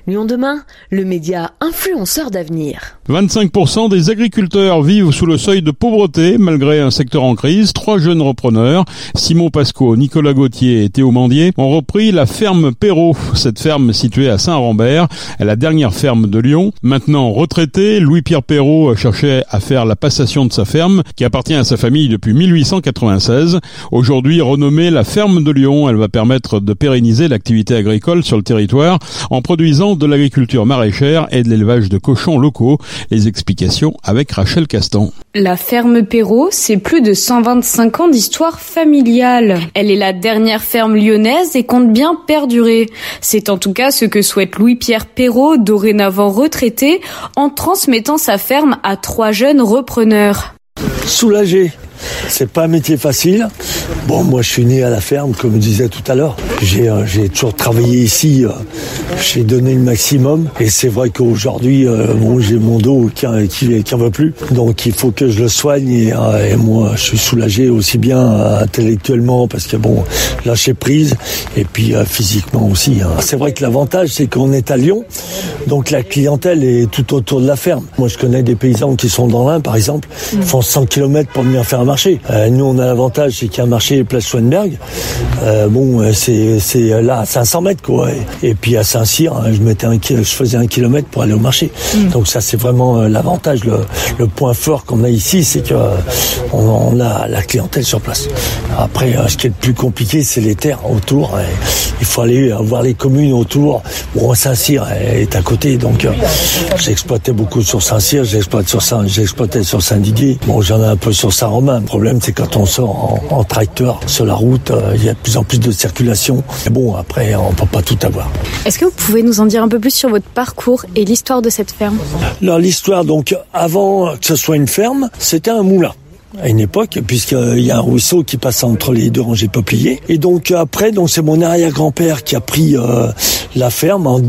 Lyon demain, le média influenceur d'avenir. 25% des agriculteurs vivent sous le seuil de pauvreté, malgré un secteur en crise. 3 jeunes repreneurs, Simon Pasco, Nicolas Gauthier et Théo Mandier, ont repris la ferme Perrault. Cette ferme située à Saint-Rambert est la dernière ferme de Lyon. Maintenant retraité, Louis-Pierre Perrault cherchait à faire la passation de sa ferme, qui appartient à sa famille depuis 1896. Aujourd'hui renommée la ferme de Lyon, elle va permettre de pérenniser l'activité agricole sur le territoire en produisant de l'agriculture maraîchère et de l'élevage de cochons locaux. Les explications avec Rachel Castan. La ferme Perrault, c'est plus de 125 ans d'histoire familiale. Elle est la dernière ferme lyonnaise et compte bien perdurer. C'est en tout cas ce que souhaite Louis-Pierre Perrault, dorénavant retraité, en transmettant sa ferme à 3 jeunes repreneurs. Soulagé. C'est pas un métier facile. Bon, moi je suis né à la ferme, comme je disais tout à l'heure. J'ai toujours travaillé ici, j'ai donné le maximum. Et c'est vrai qu'aujourd'hui, j'ai mon dos qui en veut plus. Donc il faut que je le soigne et moi je suis soulagé aussi bien intellectuellement parce que bon, lâcher prise et puis physiquement aussi. C'est vrai que l'avantage c'est qu'on est à Lyon, donc la clientèle est tout autour de la ferme. Moi je connais des paysans qui sont dans l'Ain par exemple, font 100 km pour venir faire un marché. Nous on a l'avantage c'est qu'il y a un marché place Schwenberg. C'est là à 500 mètres quoi. Et puis à Saint-Cyr, je faisais 1 kilomètre pour aller au marché. Donc ça c'est vraiment l'avantage, le point fort qu'on a ici, c'est que on a la clientèle sur place. Après, ce qui est le plus compliqué, c'est les terres autour. Il faut aller voir les communes autour. Bon, Saint-Cyr est à côté, donc j'exploitais beaucoup sur Saint-Cyr, j'exploitais sur Saint-Didier. Bon, j'en ai un peu sur Saint-Romain. Le problème, c'est quand on sort en tracteur sur la route, il y a de plus en plus de circulation. Mais bon, après, on peut pas tout avoir. Est-ce que vous pouvez nous en dire un peu plus sur votre parcours et l'histoire de cette ferme ? Alors, l'histoire, donc, avant que ce soit une ferme, c'était un moulin. À une époque, puisqu'il y a un ruisseau qui passe entre les 2 rangées peupliers. Et donc après, c'est mon arrière-grand-père qui a pris la ferme en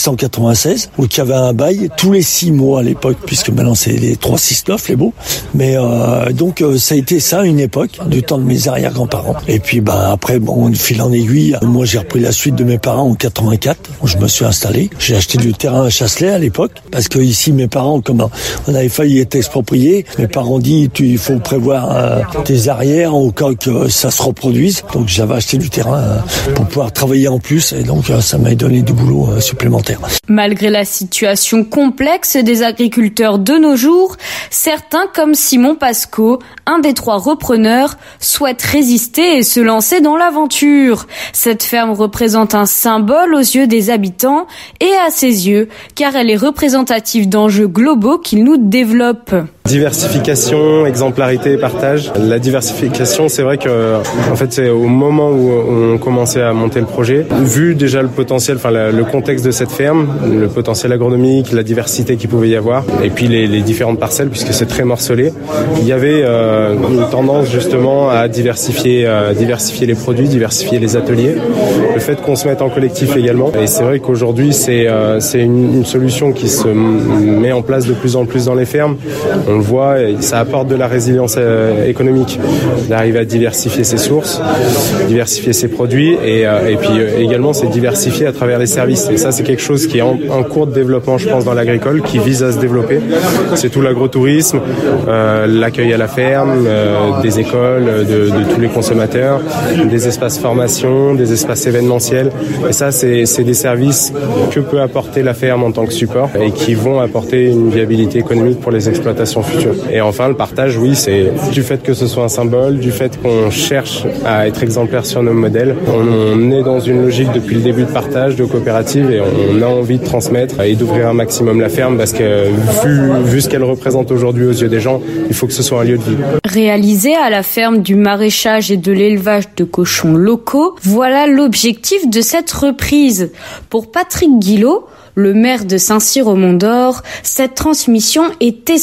1896, où il y avait un bail tous les 6 mois à l'époque, puisque maintenant c'est les 3-6-9 les beaux. Mais donc ça a été ça une époque, du temps de mes arrière-grands-parents. Et puis après, de fil en aiguille, moi j'ai repris la suite de mes parents en 84, où je me suis installé. J'ai acheté du terrain à Chasselet à l'époque, parce que ici mes parents, comme on avait failli être expropriés, mes parents ont dit il faut prévoir des arrières au cas que ça se reproduise. Donc j'avais acheté du terrain pour pouvoir travailler en plus et donc ça m'a donné du boulot supplémentaire. Malgré la situation complexe des agriculteurs de nos jours, certains comme Simon Pasco, un des 3 repreneurs, souhaitent résister et se lancer dans l'aventure. Cette ferme représente un symbole aux yeux des habitants et à ses yeux, car elle est représentative d'enjeux globaux qu'ils nous développent. Diversification, exemplarité, partage. La diversification, c'est vrai que c'est au moment où on commençait à monter le projet, vu déjà le potentiel, le contexte de cette ferme, le potentiel agronomique, la diversité qu'il pouvait y avoir, et puis les différentes parcelles, puisque c'est très morcelé, il y avait une tendance justement à diversifier les produits, diversifier les ateliers. Le fait qu'on se mette en collectif également, et c'est vrai qu'aujourd'hui c'est une solution qui se met en place de plus en plus dans les fermes. On le voit, ça apporte de la résilience économique, d'arriver à diversifier ses sources, diversifier ses produits et puis également c'est diversifier à travers les services. Et ça c'est quelque chose qui est en cours de développement, je pense, dans l'agricole, qui vise à se développer. C'est tout l'agrotourisme, l'accueil à la ferme, des écoles, de tous les consommateurs, des espaces formation, des espaces événementiels. Et ça c'est des services que peut apporter la ferme en tant que support et qui vont apporter une viabilité économique pour les exploitations futures. Et enfin le partage, oui, c'est du fait que ce soit un symbole, du fait qu'on cherche à être exemplaire sur nos modèles. On est dans une logique depuis le début de partage, de coopérative, et on a envie de transmettre et d'ouvrir un maximum la ferme parce que vu ce qu'elle représente aujourd'hui aux yeux des gens, il faut que ce soit un lieu de vie. Réalisé à la ferme du maraîchage et de l'élevage de cochons locaux, voilà l'objectif de cette reprise. Pour Patrick Guillot, le maire de Saint-Cyr-au-Mont-d'Or, cette transmission est essentielle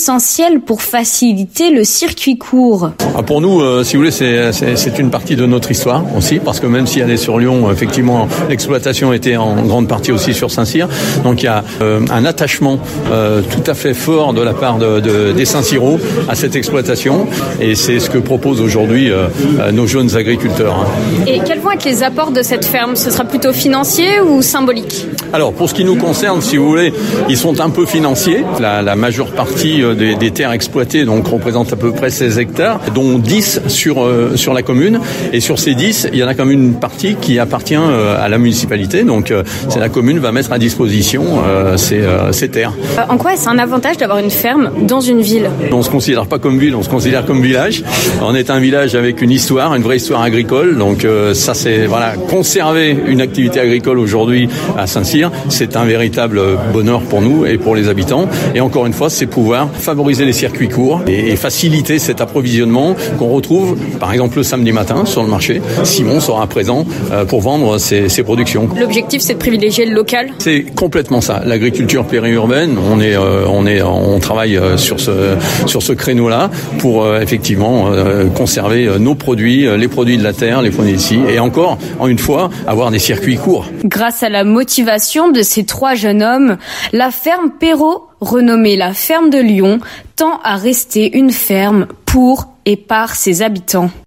essentiel pour faciliter le circuit court. Pour nous, si vous voulez, c'est une partie de notre histoire aussi, parce que même si elle est sur Lyon, effectivement, l'exploitation était en grande partie aussi sur Saint-Cyr. Donc il y a un attachement tout à fait fort de la part des Saint-Cyrois à cette exploitation, et c'est ce que proposent aujourd'hui nos jeunes agriculteurs. Et quels vont être les apports de cette ferme ? Ce sera plutôt financier ou symbolique ? Alors pour ce qui nous concerne, si vous voulez, ils sont un peu financiers. La majeure partie des terres exploitées donc représente à peu près 16 hectares, dont 10 sur la commune. Et sur ces 10, il y en a quand même une partie qui appartient à la municipalité. Donc c'est la commune va mettre à disposition ces terres. En quoi est-ce un avantage d'avoir une ferme dans une ville ? On se considère pas comme ville, on se considère comme village. On est un village avec une histoire, une vraie histoire agricole. Donc ça c'est conserver une activité agricole aujourd'hui à Saint-Cyr, c'est un véritable bonheur pour nous et pour les habitants. Et encore une fois, c'est pouvoir favoriser les circuits courts et faciliter cet approvisionnement qu'on retrouve par exemple le samedi matin sur le marché. Simon sera présent pour vendre ses productions. L'objectif c'est de privilégier le local ? C'est complètement ça. L'agriculture périurbaine, on travaille sur ce créneau-là pour effectivement conserver nos produits, les produits de la terre, les produits d'ici, et encore une fois avoir des circuits courts. Grâce à la motivation de ces 3 jeunes hommes, la ferme Perrault, renommée la ferme de Lyon, tend à rester une ferme pour et par ses habitants.